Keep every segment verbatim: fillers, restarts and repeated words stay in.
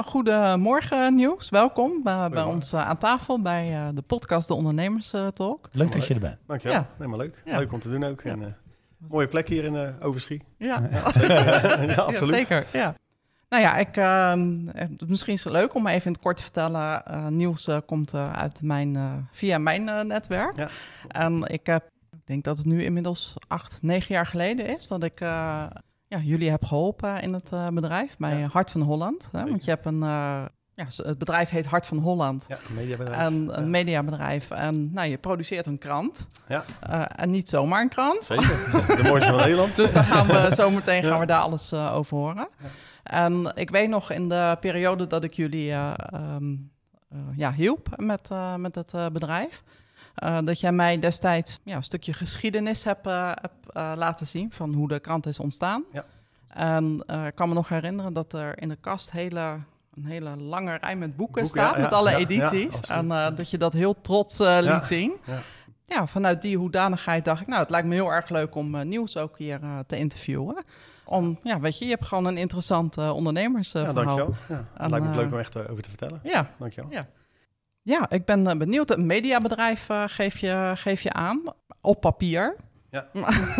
goedemorgen Niels. Welkom bij, bij ons uh, aan tafel bij uh, de podcast De Ondernemers uh, Talk. Leuk dat je er bent. Dankjewel. Ja. Helemaal leuk. Ja. Leuk om te doen ook. Ja. En, uh, mooie plek hier in uh, Overschie. Ja, ja, zeker. ja, absoluut. Ja, zeker. Ja. Nou ja, ik, uh, misschien is het leuk om even in het kort te vertellen. Uh, Niels uh, komt uh, uit mijn, uh, via mijn uh, netwerk. Ja. En ik heb, ik denk dat het nu inmiddels acht, negen jaar geleden is dat ik uh, ja, jullie heb geholpen in het uh, bedrijf bij ja. Hart van Holland. Hè? Want je hebt een, uh, ja, het bedrijf heet Hart van Holland. Ja, een mediabedrijf. En een ja. mediabedrijf. En nou, je produceert een krant. Ja. Uh, en niet zomaar een krant. Zeker. De mooiste van Nederland. Dus daar gaan we zo meteen gaan ja. we daar alles uh, over horen. Ja. En ik weet nog in de periode dat ik jullie uh, um, uh, ja, hielp met, uh, met het uh, bedrijf. Uh, dat jij mij destijds ja, een stukje geschiedenis hebt uh, heb, uh, laten zien van hoe de krant is ontstaan. Ja. En uh, ik kan me nog herinneren dat er in de kast hele, een hele lange rij met boeken, boeken staat, ja, met alle ja, edities. Ja, en uh, dat je dat heel trots uh, liet ja, zien. Ja. ja, vanuit die hoedanigheid dacht ik, nou, het lijkt me heel erg leuk om uh, Niels ook hier uh, te interviewen. Om, ja, weet je, je hebt gewoon een interessant uh, ondernemersverhaal. Ja, dankjewel. Ja, het en, lijkt me uh, leuk om echt uh, over te vertellen. Ja. Dankjewel. Ja. Ja, ik ben uh, benieuwd. Een mediabedrijf uh, geef, je, geef je aan, op papier. Ja.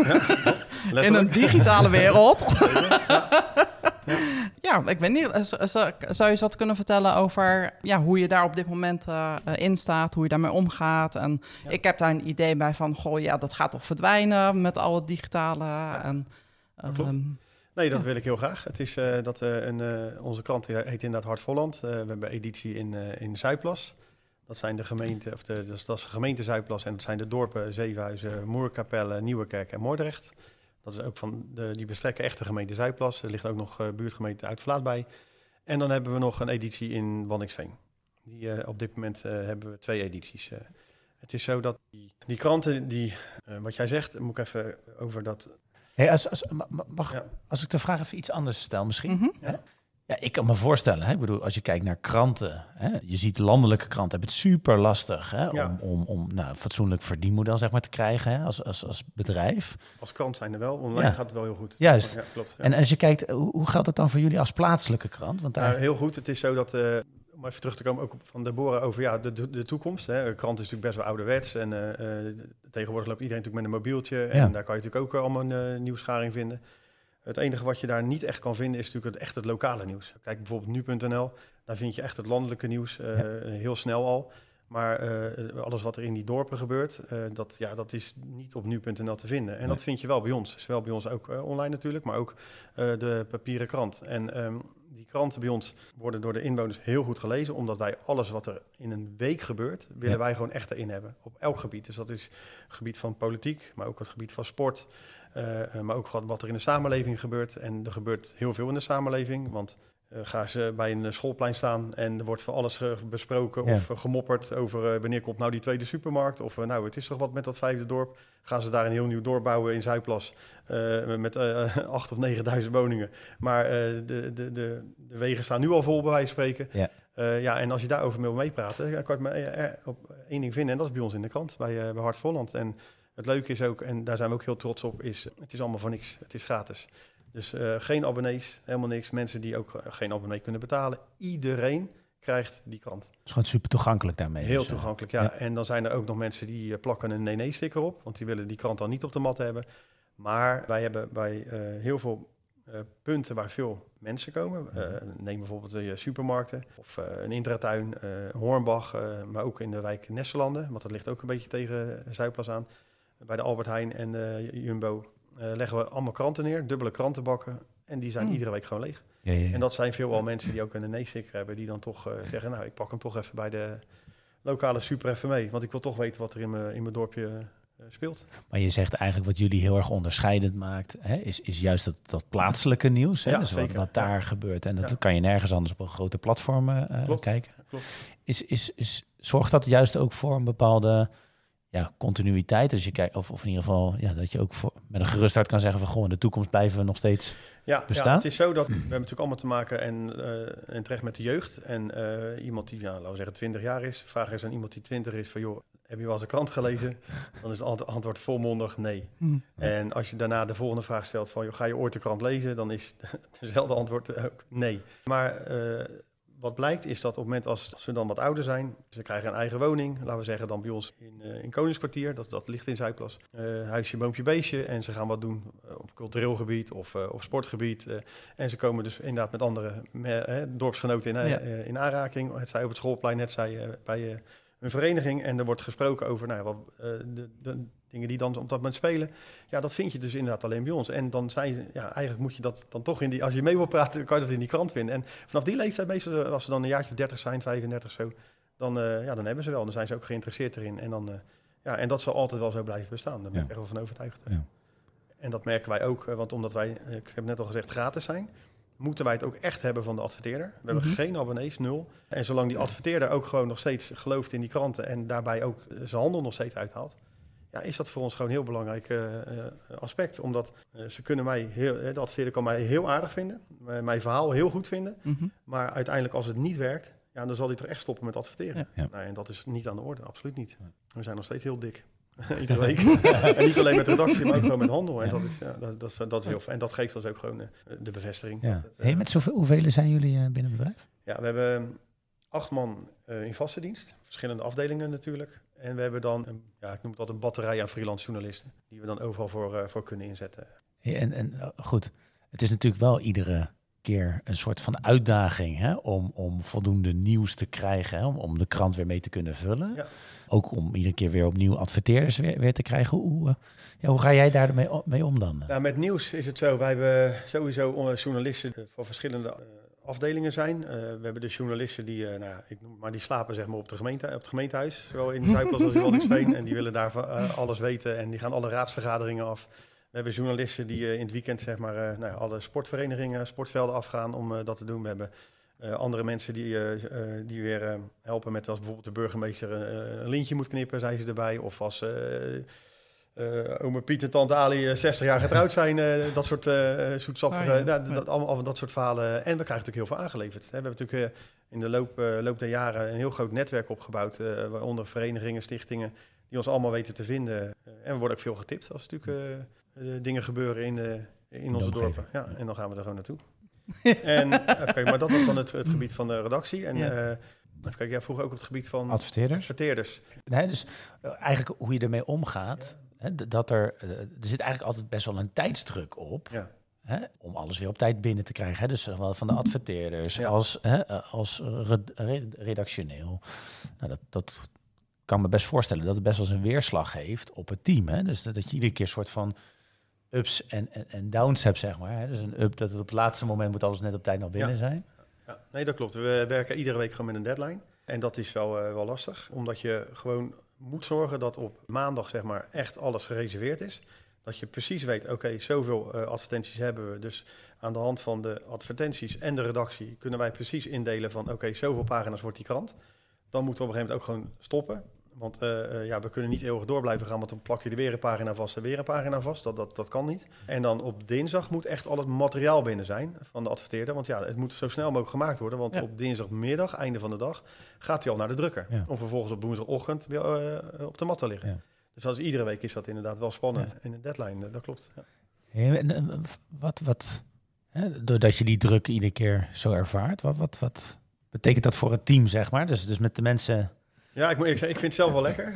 ja in een digitale wereld. ja. Ja. ja, ik weet niet. Zou je eens wat kunnen vertellen over ja, hoe je daar op dit moment uh, in staat, hoe je daarmee omgaat? En ja. ik heb daar een idee bij van, goh, ja, dat gaat toch verdwijnen met al het digitale. Ja. En, dat klopt. Um, Nee, dat ja. wil ik heel graag. Het is uh, dat uh, een, uh, onze krant heet inderdaad Hart van Holland. Uh, we hebben editie in, uh, in Zuidplas. Dat zijn de gemeenten, of de, dat is, dat is de gemeente Zuidplas en dat zijn de dorpen Zevenhuizen, Moerkapelle, Nieuwekerk en Moordrecht. Dat is ook van de, die bestrekken echt de gemeente Zuidplas. Er ligt ook nog uh, buurtgemeente Uitverlaat bij. En dan hebben we nog een editie in Waddinxveen. Die, uh, op dit moment uh, hebben we twee edities. Uh, het is zo dat die, die kranten, die, uh, wat jij zegt, moet ik even over dat. Hey, als, als, mag, ja. als ik de vraag even iets anders stel misschien. Mm-hmm. Ja. Ja, ik kan me voorstellen, hè? Ik bedoel, als je kijkt naar kranten, hè? Je ziet landelijke kranten hebben het super lastig hè? Ja. om, om, om nou, een fatsoenlijk verdienmodel zeg maar, te krijgen hè? Als, als, als bedrijf. Als krant zijn er wel, online ja. gaat het wel heel goed. Juist. Ja, klopt, ja. En als je kijkt, hoe, hoe geldt het dan voor jullie als plaatselijke krant? Want daar... nou, heel goed, het is zo dat, uh, om even terug te komen ook op van Deborah over ja, de, de, de toekomst. Hè. De krant is natuurlijk best wel ouderwets en uh, uh, tegenwoordig loopt iedereen natuurlijk met een mobieltje. En ja. daar kan je natuurlijk ook allemaal een uh, nieuwsgaring vinden. Het enige wat je daar niet echt kan vinden is natuurlijk het, echt het lokale nieuws. Kijk bijvoorbeeld nu punt n l, daar vind je echt het landelijke nieuws uh, ja. heel snel al. Maar uh, alles wat er in die dorpen gebeurt, uh, dat, ja, dat is niet op nu punt n l te vinden. En nee. dat vind je wel bij ons. Zowel bij ons ook uh, online natuurlijk, maar ook uh, de papieren krant. En um, die kranten bij ons worden door de inwoners heel goed gelezen, omdat wij alles wat er in een week gebeurt, willen ja. wij gewoon echt erin hebben. Op elk gebied. Dus dat is het gebied van politiek, maar ook het gebied van sport. Uh, maar ook wat er in de samenleving gebeurt. En er gebeurt heel veel in de samenleving. Want uh, gaan ze bij een schoolplein staan en er wordt van alles uh, besproken ja. of uh, gemopperd over uh, wanneer komt nou die tweede supermarkt. Of uh, nou, het is toch wat met dat vijfde dorp. Gaan ze daar een heel nieuw dorp bouwen in Zuidplas uh, met uh, acht of negenduizend woningen. Maar uh, de, de, de, de wegen staan nu al vol, bij wijze van spreken. Ja. Uh, ja, en als je daarover wil meepraten, dan kan je maar uh, op één ding vinden. En dat is bij ons in de krant, bij, uh, bij Hart van Holland. En het leuke is ook, en daar zijn we ook heel trots op, is het is allemaal voor niks. Het is gratis. Dus uh, geen abonnees, helemaal niks. Mensen die ook uh, geen abonnee kunnen betalen. Iedereen krijgt die krant. Het is gewoon super toegankelijk daarmee. Heel dus, toegankelijk, ja. ja. En dan zijn er ook nog mensen die uh, plakken een nee-nee-sticker op. Want die willen die krant dan niet op de mat hebben. Maar wij hebben bij uh, heel veel uh, punten waar veel mensen komen. Uh, neem bijvoorbeeld de uh, supermarkten of uh, een intratuin, uh, Hornbach. Uh, maar ook in de wijk Nesselanden. Want dat ligt ook een beetje tegen Zuidplas aan. Bij de Albert Heijn en uh, Jumbo uh, leggen we allemaal kranten neer, dubbele krantenbakken. En die zijn mm. iedere week gewoon leeg. Ja, ja, ja. En dat zijn veelal mensen die ook een nee-sticker hebben, die dan toch uh, zeggen, nou, ik pak hem toch even bij de lokale super even mee. Want ik wil toch weten wat er in mijn, in mijn dorpje uh, speelt. Maar je zegt eigenlijk wat jullie heel erg onderscheidend maakt, hè, is, is juist dat, dat plaatselijke nieuws. Hè? Ja, dus zeker. Wat, wat daar ja. gebeurt. En dat ja. kan je nergens anders op een grote platform uh, klopt. kijken. Klopt. Is, is, is, zorgt dat juist ook voor een bepaalde... Ja, continuïteit. Dus je kijkt, of, of in ieder geval ja, dat je ook voor, met een gerust hart kan zeggen van goh, in de toekomst blijven we nog steeds ja, bestaan. Ja, het is zo dat we hebben natuurlijk allemaal te maken en, uh, en terecht met de jeugd. En uh, iemand die, ja, laten we zeggen, twintig jaar is, vraag eens aan iemand die twintig is van joh, heb je wel eens een krant gelezen? Dan is het antwoord volmondig nee. Mm. En als je daarna de volgende vraag stelt van joh, ga je ooit de krant lezen? Dan is dezelfde antwoord ook nee. Maar uh, wat blijkt is dat op het moment als ze dan wat ouder zijn, ze krijgen een eigen woning, laten we zeggen dan bij ons in, uh, in Koningskwartier, dat, dat ligt in Zuidplas, uh, huisje, boompje, beestje en ze gaan wat doen uh, op cultureel gebied of uh, op sportgebied uh, en ze komen dus inderdaad met andere me, uh, dorpsgenoten in, uh, ja. uh, in aanraking, het zij op het schoolplein, het zij uh, bij uh, een vereniging en er wordt gesproken over nou, wat, uh, de, de dingen die dan op dat moment spelen. Ja, dat vind je dus inderdaad alleen bij ons. En dan zijn ze, ja, eigenlijk moet je dat dan toch in die, als je mee wil praten, kan je dat in die krant vinden. En vanaf die leeftijd, meestal als ze dan een jaartje of dertig zijn, vijfendertig zo, dan, uh, ja, dan hebben ze wel. Dan zijn ze ook geïnteresseerd erin. En, dan, uh, ja, en dat zal altijd wel zo blijven bestaan. Daar ben ik ja. echt wel van overtuigd. Ja. En dat merken wij ook, want omdat wij, ik heb net al gezegd, gratis zijn, moeten wij het ook echt hebben van de adverteerder. We hebben mm-hmm. geen abonnees, nul. En zolang die adverteerder ook gewoon nog steeds gelooft in die kranten en daarbij ook zijn handel nog steeds uithaalt, ja, is dat voor ons gewoon een heel belangrijk uh, aspect. Omdat uh, ze kunnen mij, heel, de adverteerder kan mij heel aardig vinden, uh, mijn verhaal heel goed vinden, mm-hmm. maar uiteindelijk als het niet werkt, ja, dan zal hij toch echt stoppen met adverteren. Ja. Ja. Nou, en dat is niet aan de orde, absoluut niet. We zijn nog steeds heel dik. Iedere week. En niet alleen met redactie, maar ook gewoon met handel. En, ja. dat, is, ja, dat, dat, is, dat is heel fijn. En dat geeft ons ook gewoon uh, de bevestiging. Ja. Het, uh, hey, met zoveel, hoeveel zijn jullie uh, binnen het bedrijf? Ja, we hebben acht man uh, in vaste dienst. Verschillende afdelingen natuurlijk. En we hebben dan, een, ja, ik noem het altijd een batterij aan freelance journalisten. Die we dan overal voor, uh, voor kunnen inzetten. Hey, en en uh, goed, het is natuurlijk wel iedere keer een soort van uitdaging, hè, om, om voldoende nieuws te krijgen, hè, om, om de krant weer mee te kunnen vullen. Ja. Ook om iedere keer weer opnieuw adverteerders weer, weer te krijgen. Hoe, uh, ja, hoe ga jij daarmee mee om dan? Nou, met nieuws is het zo. Wij hebben sowieso journalisten voor verschillende uh, afdelingen zijn. Uh, we hebben de journalisten die, uh, nou, ik noem maar die slapen zeg maar op, de gemeente, op het gemeentehuis, zowel in Zuidplas als in Waddinxveen. En die willen daar uh, alles weten en die gaan alle raadsvergaderingen af. We hebben journalisten die uh, in het weekend zeg maar uh, nou, alle sportverenigingen, sportvelden afgaan om uh, dat te doen. We hebben uh, andere mensen die, uh, uh, die weer uh, helpen met als bijvoorbeeld de burgemeester uh, een lintje moet knippen, zijn ze erbij. Of als uh, uh, oma Piet en tante Ali uh, zestig jaar getrouwd zijn, uh, dat soort uh, zoetsappige, oh, ja. dat, dat, allemaal dat soort verhalen. En we krijgen natuurlijk heel veel aangeleverd. Hè. We hebben natuurlijk uh, in de loop, uh, loop der jaren een heel groot netwerk opgebouwd, uh, waaronder verenigingen, stichtingen, die ons allemaal weten te vinden. Uh, en we worden ook veel getipt als natuurlijk uh, uh, dingen gebeuren in, de, in onze dorpen. Ja, en dan gaan we er gewoon naartoe. En even kijken, maar dat was dan het, het gebied van de redactie. En ja. uh, even kijken, jij vroeg ook op het gebied van adverteerders. adverteerders. Nee, dus uh, eigenlijk hoe je ermee omgaat, ja. hè, dat er, uh, er zit eigenlijk altijd best wel een tijdsdruk op. Ja. Hè, om alles weer op tijd binnen te krijgen. Hè? Dus zowel van de adverteerders ja. als, hè, als redactioneel. Nou, dat, dat kan me best voorstellen dat het best wel eens een weerslag heeft op het team. Hè? Dus dat, dat je iedere keer een soort van ups en, en, en downs hebt, zeg maar. Hè? Dus een up dat het op het laatste moment moet alles net op tijd nog binnen ja. zijn. Ja, nee, dat klopt. We werken iedere week gewoon met een deadline. En dat is wel, uh, wel lastig, omdat je gewoon moet zorgen dat op maandag zeg maar echt alles gereserveerd is. Dat je precies weet, oké, okay, zoveel uh, advertenties hebben we. Dus aan de hand van de advertenties en de redactie kunnen wij precies indelen van, oké, okay, zoveel pagina's wordt die krant. Dan moeten we op een gegeven moment ook gewoon stoppen. Want uh, uh, ja, we kunnen niet eeuwig door blijven gaan, want dan plak je er weer een pagina vast en weer een pagina vast. Dat, dat, dat kan niet. En dan op dinsdag moet echt al het materiaal binnen zijn van de adverteerder. Want ja, het moet zo snel mogelijk gemaakt worden. Want ja. op dinsdagmiddag, einde van de dag, gaat hij al naar de drukker. Ja. Om vervolgens op woensdagochtend weer uh, op de mat te liggen. Ja. Dus dat is, iedere week is dat inderdaad wel spannend. Ja. En een deadline, dat klopt. Ja. Ja, en, wat, wat, hè, doordat je die druk iedere keer zo ervaart, wat, wat, wat betekent dat voor het team, zeg maar? Dus, dus met de mensen... Ja, ik moet ik, ik vind het zelf wel lekker.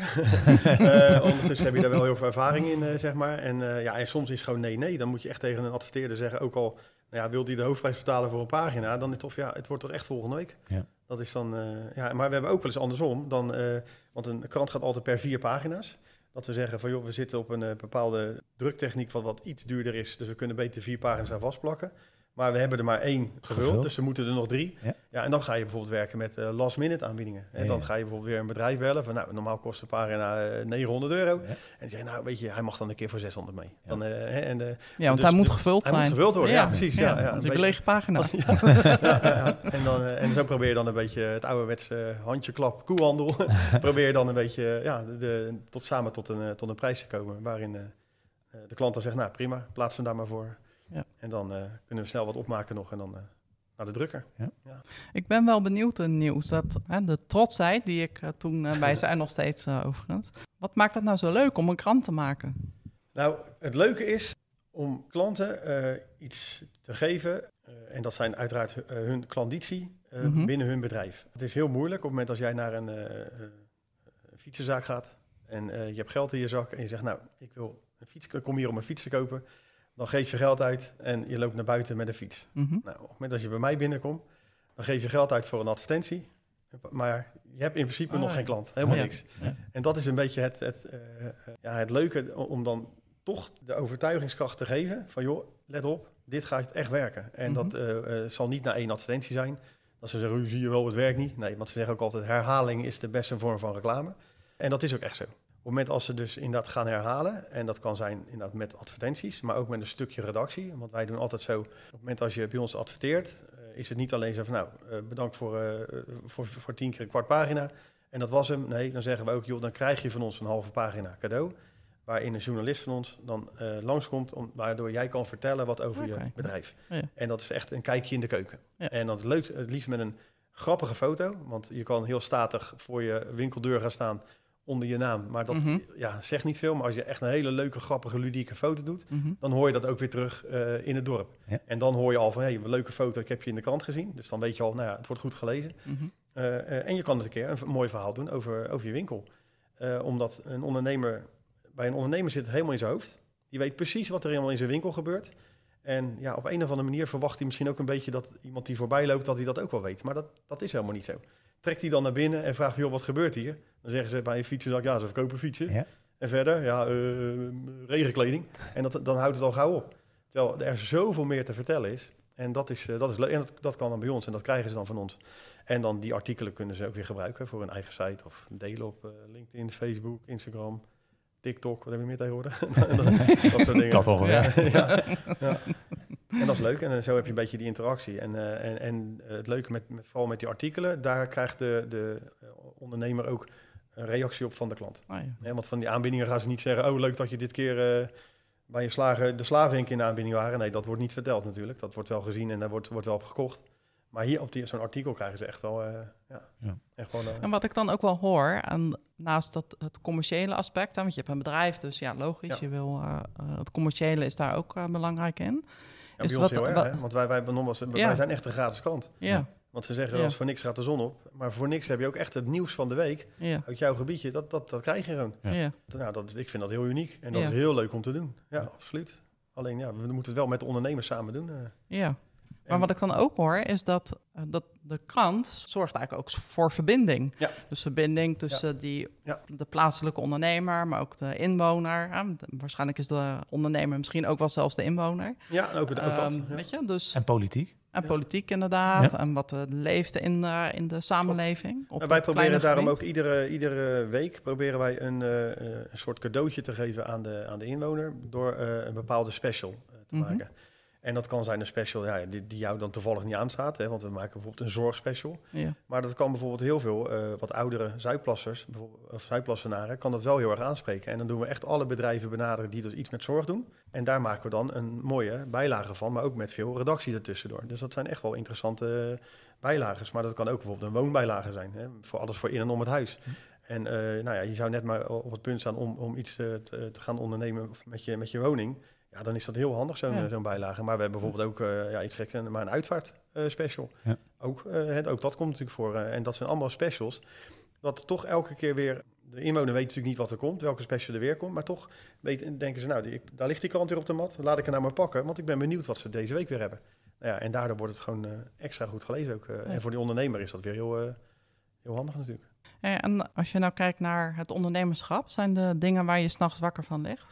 uh, ondertussen heb je daar wel heel veel ervaring in, uh, zeg maar. En, uh, ja, en soms is het gewoon nee, nee. Dan moet je echt tegen een adverteerder zeggen, ook al nou ja, wilt hij de hoofdprijs betalen voor een pagina, dan is het of ja, het wordt toch echt volgende week. Ja. Dat is dan, uh, ja, maar we hebben ook wel eens andersom. Dan, uh, want een krant gaat altijd per vier pagina's. Dat we zeggen van joh, we zitten op een uh, bepaalde druktechniek wat, wat iets duurder is. Dus we kunnen beter vier pagina's aan vastplakken. Maar we hebben er maar één gevuld, gevuld. Dus er moeten er nog drie. Ja. Ja, en dan ga je bijvoorbeeld werken met uh, last-minute aanbiedingen. En ja, dan ga je bijvoorbeeld weer een bedrijf bellen van, nou, normaal kost een pagina uh, negenhonderd euro. Ja. En die zeggen, nou, weet je, hij mag dan een keer voor zeshonderd mee. Ja, dan, uh, en, uh, ja want dus, hij moet gevuld hij zijn. Hij moet gevuld worden, ja, ja precies. Ja, ja, ja, dat is een lege pagina. ja, ja, ja. En, dan, uh, en zo probeer je dan een beetje het ouderwetse handjeklap koehandel. probeer je dan een beetje, ja, de, de, tot samen tot een, tot een prijs te komen. Waarin uh, de klant dan zegt, nou prima, plaats hem daar maar voor. Ja. En dan uh, kunnen we snel wat opmaken nog en dan uh, naar de drukker. Ja. Ja. Ik ben wel benieuwd in nieuws. Dat, hè, de trotsheid die ik uh, toen uh, bij zijn nog steeds uh, overigens. Wat maakt het nou zo leuk om een krant te maken? Nou, het leuke is om klanten uh, iets te geven. Uh, en dat zijn uiteraard uh, hun klanditie. uh, mm-hmm. binnen hun bedrijf. Het is heel moeilijk op het moment als jij naar een, uh, een fietsenzaak gaat en uh, je hebt geld in je zak en je zegt, nou, ik wil een fiets, ik kom hier om een fiets te kopen. Dan geef je geld uit en je loopt naar buiten met een fiets. Mm-hmm. Nou, op het moment dat je bij mij binnenkomt, dan geef je geld uit voor een advertentie. Maar je hebt in principe oh, nog ja. geen klant, helemaal ja. niks. Ja. En dat is een beetje het, het, uh, ja, het leuke om dan toch de overtuigingskracht te geven van joh, let op, dit gaat echt werken. En mm-hmm. dat uh, uh, zal niet na één advertentie zijn. Dat ze zeggen, zie je wel, het werkt niet. Nee, want ze zeggen ook altijd, herhaling is de beste vorm van reclame. En dat is ook echt zo. Op het moment als ze dus inderdaad gaan herhalen, en dat kan zijn inderdaad met advertenties, maar ook met een stukje redactie. Want wij doen altijd zo, op het moment als je bij ons adverteert, uh, is het niet alleen zo van, nou, uh, bedankt voor, uh, voor, voor tien keer een kwart pagina. En dat was hem. Nee, dan zeggen we ook, joh, dan krijg je van ons een halve pagina cadeau. Waarin een journalist van ons dan uh, langskomt, om, waardoor jij kan vertellen wat over okay. je bedrijf. Ja. En dat is echt een kijkje in de keuken. Ja. En dat leuk, het liefst met een grappige foto, want je kan heel statig voor je winkeldeur gaan staan onder je naam. Maar dat mm-hmm. ja, zegt niet veel. Maar als je echt een hele leuke, grappige, ludieke foto doet, mm-hmm. dan hoor je dat ook weer terug uh, in het dorp. Ja. En dan hoor je al van, hé, hey, een leuke foto, ik heb je in de krant gezien. Dus dan weet je al, nou ja, het wordt goed gelezen. Mm-hmm. Uh, uh, en je kan het een keer een mooi verhaal doen over, over je winkel. Uh, omdat een ondernemer, bij een ondernemer zit het helemaal in zijn hoofd. Die weet precies wat er helemaal in zijn winkel gebeurt. En ja, op een of andere manier verwacht hij misschien ook een beetje dat iemand die voorbij loopt, dat hij dat ook wel weet. Maar dat, dat is helemaal niet zo. Trekt hij dan naar binnen en vraagt, joh, wat gebeurt hier? Dan zeggen ze bij een fietsen, ja, ze verkopen fietsen. Ja. En verder, ja, uh, regenkleding. En dat, dan houdt het al gauw op. Terwijl er zoveel meer te vertellen is. En dat is, uh, dat is leuk. En dat, dat kan dan bij ons en dat krijgen ze dan van ons. En dan die artikelen kunnen ze ook weer gebruiken voor hun eigen site of delen op uh, LinkedIn, Facebook, Instagram, TikTok. Wat hebben we meer tegenwoordig? dat, dat soort dingen. Dat ongeveer. Ja, ja, ja. En dat is leuk. En uh, zo heb je een beetje die interactie. En, uh, en, en uh, het leuke met, met vooral met die artikelen, daar krijgt de, de uh, ondernemer ook een reactie op van de klant. Oh, ja. Ja, want van die aanbiedingen gaan ze niet zeggen, oh leuk dat je dit keer uh, bij je slager de slavenwinkel in de aanbieding waren. Nee, dat wordt niet verteld natuurlijk. Dat wordt wel gezien en daar wordt, wordt wel op gekocht. Maar hier op die, zo'n artikel krijgen ze echt wel... Uh, ja, ja. Echt wel uh, en wat ik dan ook wel hoor, en naast dat, het commerciële aspect, want je hebt een bedrijf, dus ja, logisch, ja. je wil, uh, uh, het commerciële is daar ook uh, belangrijk in. Ja, is bij ons wat, heel erg, wat, hè? Want wij, wij, wij, ja. wij zijn echt een gratis krant. Ja. Want ze zeggen, ja. als voor niks gaat de zon op. Maar voor niks heb je ook echt het nieuws van de week ja. uit jouw gebiedje. Dat, dat, dat krijg je gewoon. Ja. Ja. Nou, dat, ik vind dat heel uniek. En dat ja. is heel leuk om te doen. Ja, ja, absoluut. Alleen, ja, we moeten het wel met de ondernemers samen doen. Uh. Ja. Maar wat ik dan ook hoor, is dat, uh, dat de krant zorgt eigenlijk ook voor verbinding. Ja. Dus verbinding tussen ja. die, ja. de plaatselijke ondernemer, maar ook de inwoner. Uh, de, waarschijnlijk is de ondernemer misschien ook wel zelfs de inwoner. Ja, ook, het, ook dat. Um, ja. Weet je, dus, en politiek. En ja. politiek inderdaad. Ja. En wat uh, leeft in, uh, in de samenleving. En wij proberen daarom gebied. ook iedere, iedere week proberen wij een, uh, een soort cadeautje te geven aan de, aan de inwoner door uh, een bepaalde special uh, te mm-hmm. maken. En dat kan zijn een special ja, die, die jou dan toevallig niet aanstaat. Hè, want we maken bijvoorbeeld een zorgspecial. Ja. Maar dat kan bijvoorbeeld heel veel, uh, wat oudere Zuidplassers, of Zuidplassenaren, kan dat wel heel erg aanspreken. En dan doen we echt alle bedrijven benaderen die dus iets met zorg doen. En daar maken we dan een mooie bijlage van, maar ook met veel redactie ertussendoor. Dus dat zijn echt wel interessante bijlages. Maar dat kan ook bijvoorbeeld een woonbijlage zijn, hè, voor alles voor in en om het huis. Hm. En uh, nou ja, je zou net maar op het punt staan om, om iets uh, te, te gaan ondernemen met je, met je woning. Ja, dan is dat heel handig, zo'n, ja. zo'n bijlage. Maar we hebben bijvoorbeeld ook uh, ja, iets geks, maar een uitvaart uh, special. Ja. Ook, uh, het, ook dat komt natuurlijk voor. Uh, en dat zijn allemaal specials. Dat toch elke keer weer... De inwoner weet natuurlijk niet wat er komt, welke special er weer komt. Maar toch weet, denken ze, nou, die, daar ligt die krant weer op de mat. Laat ik er nou maar pakken, want ik ben benieuwd wat ze deze week weer hebben. Nou ja, en daardoor wordt het gewoon uh, extra goed gelezen ook. Uh, ja. En voor die ondernemer is dat weer heel, uh, heel handig natuurlijk. Ja, en als je nou kijkt naar het ondernemerschap, zijn de dingen waar je 's nachts wakker van ligt?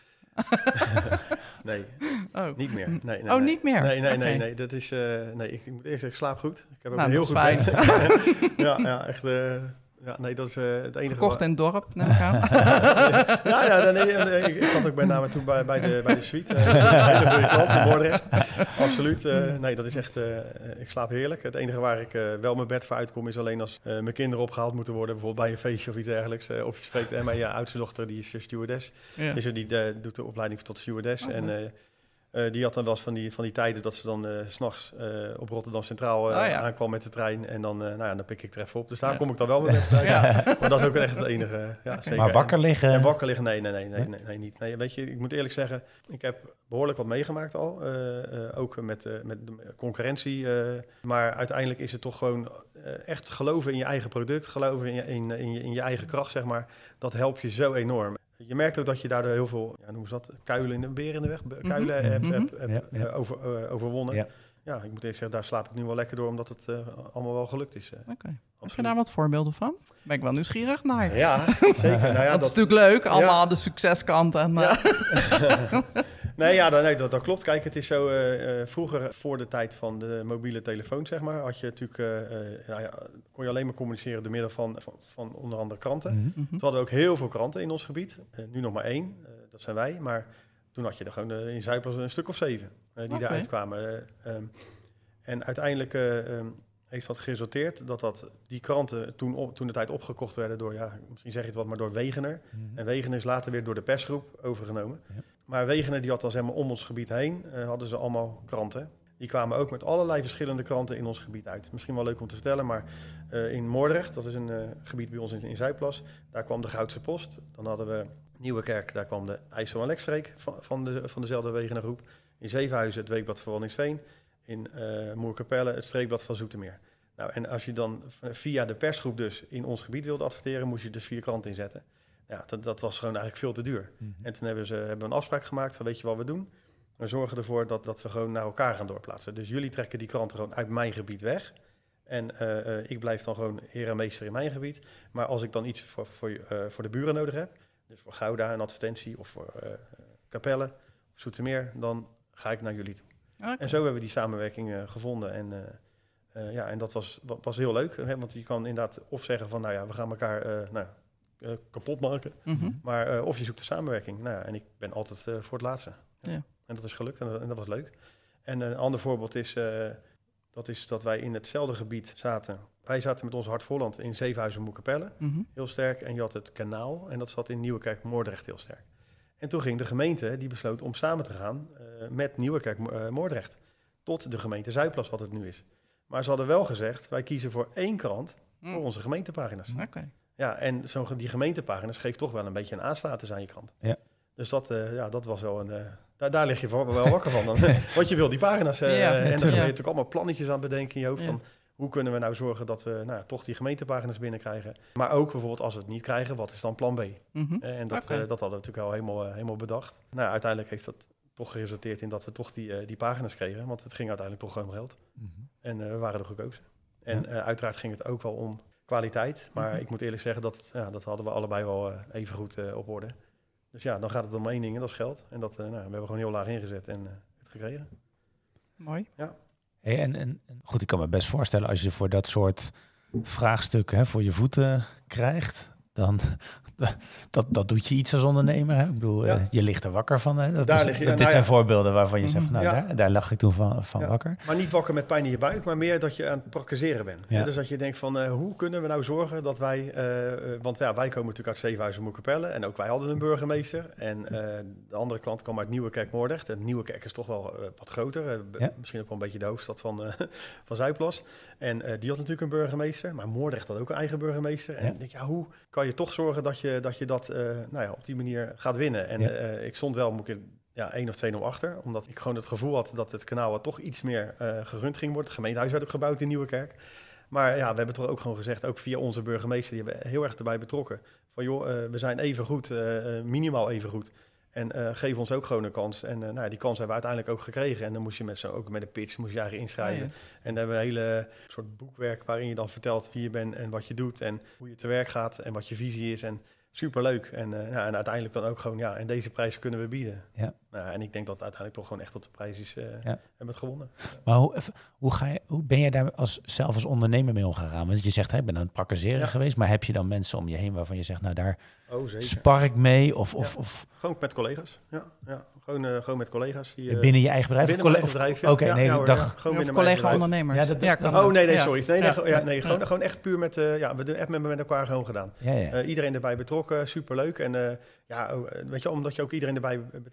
nee, oh. niet meer. Nee, nee, oh, nee. niet meer? Nee, nee, okay. nee, nee. Dat is, uh, nee ik, ik moet eerst zeggen, ik slaap goed. Ik heb ook nou, een heel goed fijn. bed. ja, ja, echt... Uh, ja, nee, dat is uh, het enige... Gekocht in het dorp, neem ik aan. ja, ja, nee, nee, ik, ik had ook bij name toen bij, bij, de, bij de suite. Uh, hele goede klant in Moordrecht. Absoluut. Uh, nee, dat is echt... Uh, ik slaap heerlijk. Het enige waar ik uh, wel mijn bed voor uitkom is alleen als uh, mijn kinderen opgehaald moeten worden. Bijvoorbeeld bij een feestje of iets dergelijks. Uh, of je spreekt... En mijn uh, oudste dochter, die is stewardess. Ja. Dus die uh, doet de opleiding tot stewardess. Oh, en uh, Uh, die had dan wel eens van die, van die tijden dat ze dan uh, 's nachts uh, op Rotterdam Centraal uh, oh, ja. aankwam met de trein. En dan, uh, nou ja, dan pik ik er even op. Dus daar ja. kom ik dan wel met de trein. Ja. Maar dat is ook echt het enige. Uh, ja, okay. Maar wakker liggen? En, en wakker liggen, nee, nee, nee, nee, nee, nee, niet. Nee, weet je, ik moet eerlijk zeggen, ik heb behoorlijk wat meegemaakt al. Uh, uh, ook met, uh, met de concurrentie. Uh, maar uiteindelijk is het toch gewoon uh, echt geloven in je eigen product. Geloven in je, in, in, je, in je eigen kracht, zeg maar. Dat helpt je zo enorm. Je merkt ook dat je daardoor heel veel, ja, noem ze dat, kuilen in de beer in de weg, kuilen mm-hmm. heb, heb, heb, ja, ja. Uh, over, uh, overwonnen. Ja. ja, ik moet eerlijk zeggen, daar slaap ik nu wel lekker door, omdat het uh, allemaal wel gelukt is. Uh, Oké. Okay. Heb je daar wat voorbeelden van? Ben ik wel nieuwsgierig naar. Ja, zeker. Nou ja, dat, dat is natuurlijk leuk, allemaal ja. de succeskant. En, uh. ja. Nee, ja, dat, nee dat, dat klopt. Kijk, het is zo, uh, uh, vroeger, voor de tijd van de mobiele telefoon, zeg maar, had je natuurlijk, uh, uh, nou ja, kon je alleen maar communiceren door middel van, van, van onder andere kranten. Mm-hmm. Toen hadden we ook heel veel kranten in ons gebied. Uh, nu nog maar één, uh, dat zijn wij. Maar toen had je er gewoon uh, in Zuidplas een stuk of zeven uh, die okay. eruit kwamen. Uh, um, en uiteindelijk uh, um, heeft dat geresulteerd dat, dat die kranten toen, op, toen de tijd opgekocht werden door, ja, misschien zeg je het wat, maar door Wegener. Mm-hmm. En Wegener is later weer door de persgroep overgenomen. Ja. Maar Wegener die had dan zeg maar om ons gebied heen, uh, hadden ze allemaal kranten. Die kwamen ook met allerlei verschillende kranten in ons gebied uit. Misschien wel leuk om te vertellen, maar uh, in Moordrecht, dat is een uh, gebied bij ons in, in Zuidplas, daar kwam de Goudse Post. Dan hadden we Nieuwekerk, daar kwam de IJssel en Lekstreek van, van, de, van dezelfde Wegener groep. In Zevenhuizen het Weekblad van Waddinxveen. In uh, Moerkapelle het Streekblad van Zoetermeer. Nou, en als je dan via de persgroep dus in ons gebied wilde adverteren, moest je dus vier kranten inzetten. Ja, dat, dat was gewoon eigenlijk veel te duur. Mm-hmm. En toen hebben, ze, hebben we een afspraak gemaakt van, weet je wat we doen? We zorgen ervoor dat, dat we gewoon naar elkaar gaan doorplaatsen. Dus jullie trekken die kranten gewoon uit mijn gebied weg. En uh, uh, ik blijf dan gewoon heer en meester in mijn gebied. Maar als ik dan iets voor, voor, uh, voor de buren nodig heb, dus voor Gouda een advertentie of voor uh, Capelle of Zoetermeer, dan ga ik naar jullie toe. Okay. En zo hebben we die samenwerking uh, gevonden. En, uh, uh, ja, en dat was, was heel leuk, hè? Want je kan inderdaad of zeggen van, nou ja, we gaan elkaar uh, nou, uh, kapot maken. Mm-hmm. Maar uh, of je zoekt de samenwerking. Nou ja, en ik ben altijd uh, voor het laatste. Ja. Ja. En dat is gelukt en dat, en dat was leuk. En een ander voorbeeld is, uh, dat is dat wij in hetzelfde gebied zaten. Wij zaten met onze Hart voor Holland in Zevenhuizen Moerkapelle, mm-hmm. heel sterk. En je had het kanaal en dat zat in Nieuwekerk Moordrecht heel sterk. En toen ging de gemeente, die besloot om samen te gaan uh, met Nieuwekerk uh, Moordrecht. Tot de gemeente Zuidplas, wat het nu is. Maar ze hadden wel gezegd, wij kiezen voor één krant mm. voor onze gemeentepagina's. Okay. Ja, en zo, die gemeentepagina's geeft toch wel een beetje een aanstatus aan je krant. Ja. Dus dat, uh, ja, dat was wel een... Uh, daar, daar lig je wel wakker van. Dan. Want je wil die pagina's. Uh, ja, en dan ben je natuurlijk allemaal plannetjes aan bedenken in je hoofd. Ja. Van, hoe kunnen we nou zorgen dat we nou, toch die gemeentepagina's binnenkrijgen. Maar ook bijvoorbeeld als we het niet krijgen, wat is dan plan B? Mm-hmm. Uh, en dat, okay. uh, dat hadden we natuurlijk al helemaal, uh, helemaal bedacht. Nou, uiteindelijk heeft dat toch geresulteerd in dat we toch die, uh, die pagina's kregen. Want het ging uiteindelijk toch gewoon om geld. Mm-hmm. En uh, we waren er goedkoopste. En ja. uh, uiteraard ging het ook wel om kwaliteit. Maar mm-hmm. ik moet eerlijk zeggen, dat, ja, dat hadden we allebei wel uh, even goed uh, op orde. Dus ja, dan gaat het om één ding en dat is geld. En dat uh, nou, we hebben gewoon heel laag ingezet en uh, het gekregen. Mooi. Ja. Hey, en, en goed, ik kan me best voorstellen als je voor dat soort vraagstukken hè, voor je voeten krijgt, dan dat, dat doet je iets als ondernemer. Hè? Ik bedoel, ja. uh, je ligt er wakker van. Hè? Dat daar is, lig je, dit nou zijn ja. voorbeelden waarvan je mm-hmm. zegt, nou, ja. daar, daar lag ik toen van, van ja. wakker. Maar niet wakker met pijn in je buik, maar meer dat je aan het praktiseren bent. Ja. Ja, dus dat je denkt van, uh, hoe kunnen we nou zorgen dat wij... Uh, want ja, wij komen natuurlijk uit Zevenhuizen Moerkapelle en ook wij hadden een burgemeester. En uh, de andere kant kwam uit Nieuwekerk Moordrecht. En Nieuwekerk is toch wel uh, wat groter. Uh, ja. Misschien ook wel een beetje de hoofdstad van, uh, van Zuidplas. En uh, die had natuurlijk een burgemeester, maar Moordrecht had ook een eigen burgemeester. En ja. ik denk, ja, hoe kan je toch zorgen dat je dat, je dat uh, nou ja, op die manier gaat winnen? En ja. uh, ik stond wel, moet ik ja, één of twee nul achter, omdat ik gewoon het gevoel had dat het kanaal toch iets meer uh, gerund ging worden. Het gemeentehuis werd ook gebouwd in Nieuwekerk. Maar ja, we hebben toch ook gewoon gezegd, ook via onze burgemeester, die hebben heel erg erbij betrokken. Van joh, uh, we zijn even goed, uh, minimaal even goed. En uh, geef ons ook gewoon een kans. En uh, nou, die kans hebben we uiteindelijk ook gekregen. En dan moest je met zo, ook met een pitch moest je eigenlijk inschrijven. Oh, ja. En dan hebben we een hele soort boekwerk waarin je dan vertelt wie je bent en wat je doet. En hoe je te werk gaat en wat je visie is. En superleuk. En, uh, ja, en uiteindelijk dan ook gewoon, ja, en deze prijs kunnen we bieden. Ja. Nou, en ik denk dat uiteindelijk toch gewoon echt tot de prijs is uh, ja. hebben het gewonnen. Maar hoe, hoe, ga je, hoe ben jij daar als, zelf als ondernemer mee omgegaan? Want je zegt, hey, ik ben aan het praktiseren ja. geweest. Maar heb je dan mensen om je heen waarvan je zegt, nou daar oh, spar ik mee? Of, of, ja. of... Gewoon met collega's. Ja, ja. Gewoon, uh, gewoon met collega's. Die, uh, binnen je eigen bedrijf? Binnen mijn eigen bedrijf, ja. Oké, okay, ja, nee, ja, ik dacht... Ja, gewoon of collega-ondernemers. Ja, dat, ja, kan oh, nee, nee, ja. sorry. Nee, nee, ja. ja, nee ja. gewoon, ja. gewoon echt puur met... Uh, ja, we hebben met elkaar gewoon gedaan. Ja, ja. Uh, iedereen erbij betrokken, superleuk. En uh, ja, weet je, omdat je ook iedereen erbij betrekt, zeg maar,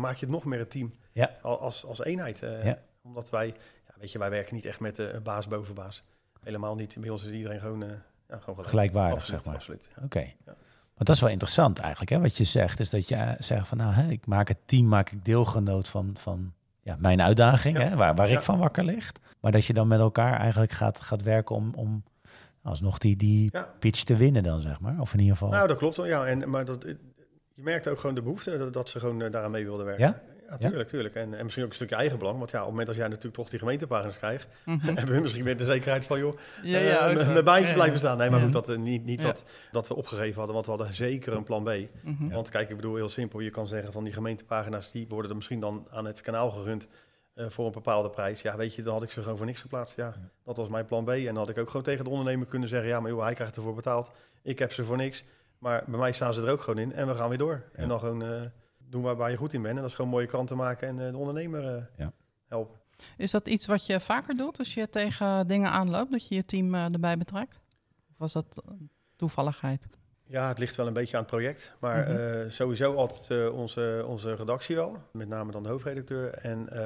maak je het nog meer een team ja. als, als eenheid. Uh, ja. Omdat wij, ja, weet je, wij werken niet echt met uh, baas boven baas. Helemaal niet. Bij ons is iedereen gewoon, uh, ja, gewoon gelijk. gelijkwaardig, absoluut, zeg maar. Absoluut. Ja. Oké. Okay. Ja. Maar dat is wel interessant eigenlijk, hè? Wat je zegt. Is dat je zegt van, nou, hè, ik maak het team, maak ik deelgenoot van, van ja, mijn uitdaging, ja. hè, waar, waar ja. ik van wakker ligt. Maar dat je dan met elkaar eigenlijk gaat, gaat werken om, om alsnog die, die ja. pitch te winnen dan, zeg maar. Of in ieder geval... Nou, dat klopt wel, ja. En, maar dat, je merkt ook gewoon de behoefte dat, dat ze gewoon uh, daaraan mee wilden werken. Ja? Ja, tuurlijk, ja? tuurlijk. En, en misschien ook een stukje eigenbelang. Want ja, op het moment dat jij natuurlijk toch die gemeentepagina's krijgt... Mm-hmm. hebben we misschien weer de zekerheid van, joh, ja, ja, uh, mijn baantje ja, blijven ja. staan. Nee, maar ja. goed, dat, uh, niet, niet ja. dat, dat we opgegeven hadden. Want we hadden zeker een plan B. Mm-hmm. Want kijk, ik bedoel heel simpel. Je kan zeggen van die gemeentepagina's... die worden er misschien dan aan het kanaal gerund... Uh, voor een bepaalde prijs. Ja, weet je, dan had ik ze gewoon voor niks geplaatst. Ja, ja, dat was mijn plan B. En dan had ik ook gewoon tegen de ondernemer kunnen zeggen... ja, maar joh, hij krijgt ervoor betaald. Ik heb ze voor niks. Maar bij mij staan ze er ook gewoon in. En we gaan weer door. Ja. En dan gewoon uh, doen waar, waar je goed in bent. En dat is gewoon mooie kranten maken en uh, de ondernemer uh, ja. helpen. Is dat iets wat je vaker doet als je tegen dingen aanloopt? Dat je je team uh, erbij betrekt? Of was dat uh, toevalligheid? Ja, het ligt wel een beetje aan het project. Maar mm-hmm. uh, sowieso altijd uh, onze, onze redactie wel. Met name dan de hoofdredacteur. En uh,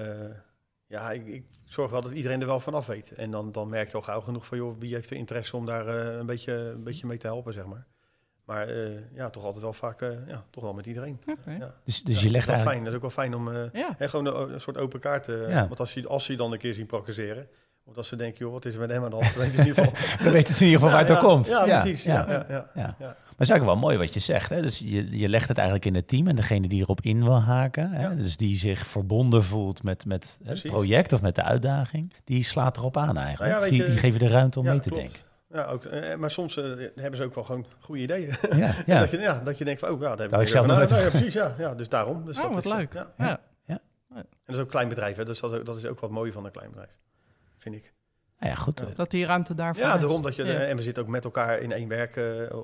ja, ik, ik zorg wel dat iedereen er wel van af weet. En dan, dan merk je al gauw genoeg van... joh, wie heeft de interesse om daar uh, een, beetje, een beetje mee te helpen, zeg maar. Maar uh, ja, toch altijd wel vaak, uh, ja, toch wel met iedereen. Okay. Ja. Dus, dus ja, je legt dat is wel eigenlijk... fijn. Dat is ook wel fijn om uh, ja. hè, gewoon een, een soort open kaart... Uh, ja. Want als je, als je dan een keer zien praktiseren... Of als ze denken, joh, wat is er met hem aan de hand? Dan weten ze in ieder geval, dan weten ze in ieder geval ja, waar het ja, komt. Ja, ja, precies. Ja. Ja, ja, ja, ja. Ja. Maar het is eigenlijk wel mooi wat je zegt. Hè? Dus je, je legt het eigenlijk in het team en degene die erop in wil haken, hè? Ja. Dus die zich verbonden voelt met, met het project of met de uitdaging, die slaat erop aan eigenlijk. Nou ja, die, je, die geven de ruimte om ja, mee te klopt. denken. Ja, ook, uh, maar soms uh, hebben ze ook wel gewoon goede ideeën. Ja, ja. dat, je, ja, dat je denkt van, oh, ja, dat heb nou, ik, ik zelf nou, nou, ja, precies, ja, ja. Dus daarom. Dus oh, dat wat is, leuk. Ja. Ja. Ja. Ja. En dat is ook een klein bedrijf, hè, dus dat is, dat is ook wat mooi van een klein bedrijf, vind ik. Nou ja, goed. Ja. Dat die ruimte daarvoor Ja, is. daarom dat je... Ja. En we zitten ook met elkaar in één werk... Uh, uh,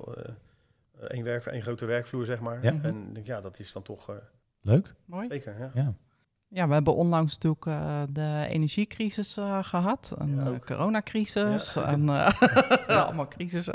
één, werk één grote werkvloer, zeg maar. Ja. En denk, ja, dat is dan toch... Uh, leuk. Mooi. Zeker, ja. Ja. Ja, we hebben onlangs natuurlijk uh, de energiecrisis uh, gehad. En ja, uh, coronacrisis. Ja. En uh, ja. allemaal crisissen.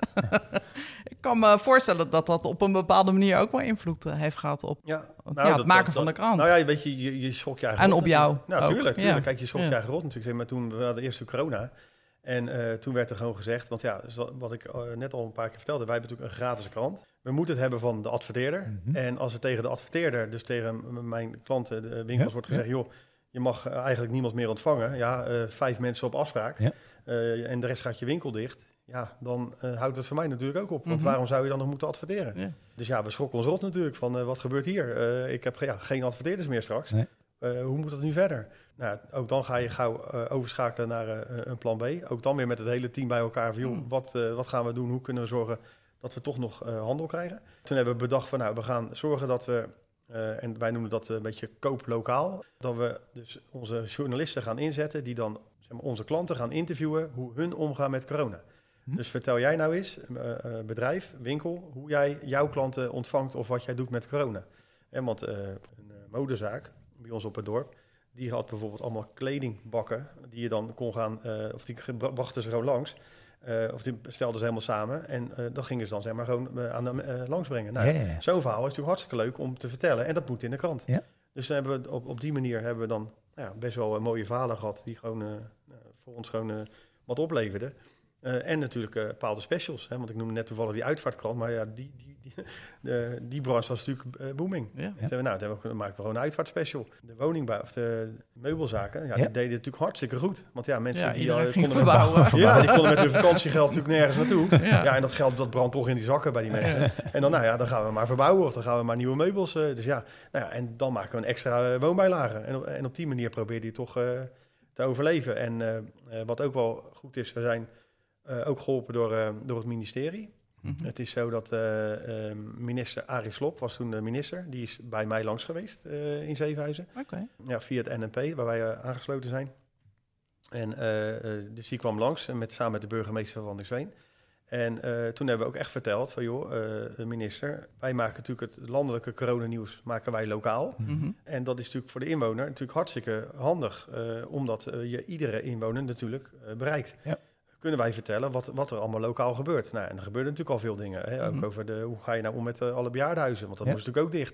Ik kan me voorstellen dat dat op een bepaalde manier ook wel invloed uh, heeft gehad op ja. nou, nou, ja, dat, het maken dat, van de krant. Nou ja, weet je, je, je schrok je eigen En rot op jou natuurlijk. Nou, tuurlijk, tuurlijk. Ja. Kijk, je schrok ja. je eigen rot natuurlijk. Maar toen, we hadden eerst de corona... En uh, toen werd er gewoon gezegd, want ja, dus wat, wat ik uh, net al een paar keer vertelde, wij hebben natuurlijk een gratis krant. We moeten het hebben van de adverteerder. Mm-hmm. En als er tegen de adverteerder, dus tegen m- mijn klanten, de winkels, ja, wordt gezegd, ja. joh, je mag uh, eigenlijk niemand meer ontvangen. Ja, uh, vijf mensen op afspraak ja. uh, en de rest gaat je winkel dicht. Ja, dan uh, houdt het voor mij natuurlijk ook op. Want mm-hmm. waarom zou je dan nog moeten adverteren? Ja. Dus ja, we schrokken ons rot natuurlijk van, uh, wat gebeurt hier? Uh, ik heb ja, geen adverteerders meer straks. Nee. Uh, hoe moet dat nu verder? Nou, ook dan ga je gauw uh, overschakelen naar uh, een plan B. Ook dan weer met het hele team bij elkaar. Van, joh, mm. wat, uh, wat gaan we doen? Hoe kunnen we zorgen dat we toch nog uh, handel krijgen? Toen hebben we bedacht van, nou, we gaan zorgen dat we... Uh, en wij noemen dat een beetje kooplokaal. Dat we dus onze journalisten gaan inzetten... die dan zeg maar, onze klanten gaan interviewen... hoe hun omgaan met corona. Mm. Dus vertel jij nou eens, uh, uh, bedrijf, winkel... hoe jij jouw klanten ontvangt of wat jij doet met corona. En want uh, een uh, modezaak... bij ons op het dorp, die had bijvoorbeeld allemaal kledingbakken die je dan kon gaan, uh, of die brachten ze gewoon langs, uh, of die stelden ze helemaal samen en uh, dan gingen ze dan zeg maar gewoon uh, aan de uh, langs brengen. Nou, ja, ja. Zo'n verhaal is natuurlijk hartstikke leuk om te vertellen en dat moet in de krant. Ja. Dus dan hebben we op, op die manier hebben we dan nou ja, best wel uh, mooie verhalen gehad die gewoon uh, voor ons gewoon uh, wat opleverden. Uh, en natuurlijk uh, bepaalde specials. Hè, want ik noemde net toevallig die uitvaartkrant. Maar ja, die, die, die, uh, die branche was natuurlijk uh, booming. Ja, ja. Toen, nou, toen we, maakten we gewoon een uitvaartspecial. De woningbouw of de meubelzaken, ja, ja. die deden natuurlijk hartstikke goed. Want ja, mensen ja, die uh, konden, verbouwen. Met, ja, die konden met hun vakantiegeld natuurlijk nergens naartoe. Ja. ja, en dat geld dat brandt toch in die zakken bij die mensen. Ja. En dan, nou ja, dan gaan we maar verbouwen of dan gaan we maar nieuwe meubels. Uh, dus ja, nou ja, en dan maken we een extra uh, woonbijlage. En op, en op die manier probeerde je toch uh, te overleven. En uh, uh, wat ook wel goed is, we zijn... Uh, ook geholpen door, uh, door het ministerie. Mm-hmm. Het is zo dat uh, uh, minister Arie Slob was toen de minister. Die is bij mij langs geweest uh, in Zevenhuizen. Okay. Ja, via het N N P, waar wij uh, aangesloten zijn. En uh, uh, dus die kwam langs met, samen met de burgemeester van Waddinxveen. En uh, toen hebben we ook echt verteld van, joh, uh, minister, wij maken natuurlijk het landelijke coronanieuws maken wij lokaal. Mm-hmm. En dat is natuurlijk voor de inwoner natuurlijk hartstikke handig. Uh, omdat uh, je iedere inwoner natuurlijk uh, bereikt. Ja. Kunnen wij vertellen wat, wat er allemaal lokaal gebeurt. Nou, en er gebeuren natuurlijk al veel dingen. Hè? Ook mm-hmm. over de, hoe ga je nou om met uh, alle bejaardenhuizen? Want dat ja. moest natuurlijk ook dicht. Ja.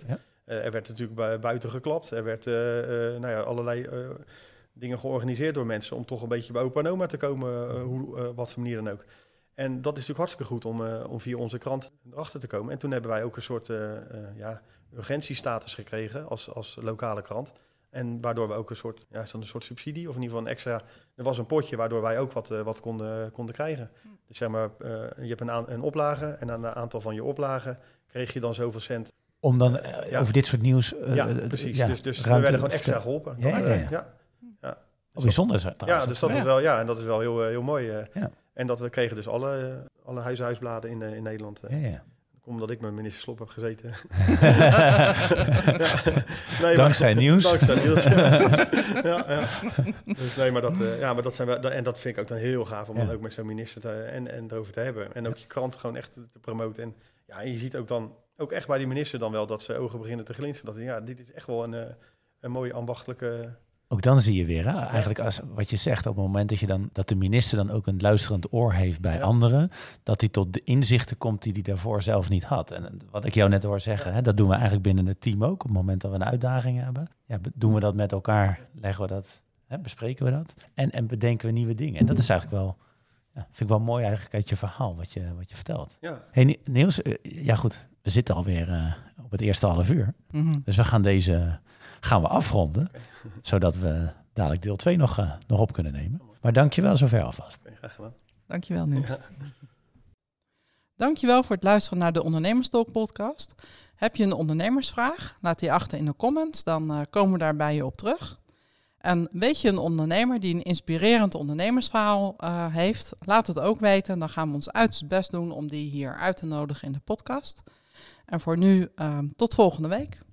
Uh, er werd natuurlijk buiten geklapt. Er werd uh, uh, nou ja, allerlei uh, dingen georganiseerd door mensen om toch een beetje bij opa en oma te komen, uh, hoe, uh, wat voor manier dan ook. En dat is natuurlijk hartstikke goed om, uh, om via onze krant erachter te komen. En toen hebben wij ook een soort uh, uh, ja, urgentiestatus gekregen als, als lokale krant. En waardoor we ook een soort, ja, is dan een soort subsidie of in ieder geval een extra... Er was een potje waardoor wij ook wat, uh, wat konden, konden krijgen. Dus zeg maar, uh, je hebt een, aan, een oplage en aan een aantal van je oplagen kreeg je dan zoveel cent. Om dan uh, ja. over dit soort nieuws... Uh, ja, precies. Ja, dus dus we werden gewoon extra geholpen. Ja, dan, ja, ja. ja. ja. Dus bijzonder is het. Ja, dus dat ja. is wel, ja, en dat is wel heel, heel mooi. Uh, ja. En dat we kregen dus alle, uh, alle huis-huisbladen in, uh, in Nederland. Uh. Ja, ja. Omdat ik met minister Slob heb gezeten. ja. nee, dankzij maar, nieuws. Dankzij nieuws. ja, ja. Dus nee, maar dat, uh, ja, maar dat zijn we, dat, en dat vind ik ook dan heel gaaf om ja. dan ook met zo'n minister te, en, en erover te hebben. En ook je krant gewoon echt te, te promoten. En, ja, en je ziet ook dan, ook echt bij die minister dan wel, dat ze ogen beginnen te glinsteren. Dat ja, dit is echt wel een, uh, een mooie ambachtelijke... Ook dan zie je weer, hè? Eigenlijk als, wat je zegt, op het moment dat, je dan, dat de minister dan ook een luisterend oor heeft bij ja. anderen, dat hij tot de inzichten komt die hij daarvoor zelf niet had. En wat ik jou net hoor zeggen, ja. hè, dat doen we eigenlijk binnen het team ook. Op het moment dat we een uitdaging hebben, ja, doen we dat met elkaar, leggen we dat, hè, bespreken we dat en, en bedenken we nieuwe dingen. En dat is eigenlijk wel, ja, vind ik wel mooi eigenlijk uit je verhaal, wat je, wat je vertelt. Ja. Hey Niels, uh, ja goed, we zitten alweer uh, op het eerste half uur. Mm-hmm. Dus we gaan deze... gaan we afronden, okay. zodat we dadelijk deel twee nog, uh, nog op kunnen nemen. Maar dankjewel zover alvast. Okay, graag gedaan. Dankjewel, Niels. Ja. Dankjewel voor het luisteren naar de Ondernemerstalk podcast. Heb je een ondernemersvraag? Laat die achter in de comments, dan uh, komen we daar bij je op terug. En weet je een ondernemer die een inspirerend ondernemersverhaal uh, heeft? Laat het ook weten, dan gaan we ons uiterst best doen om die hier uit te nodigen in de podcast. En voor nu, uh, tot volgende week.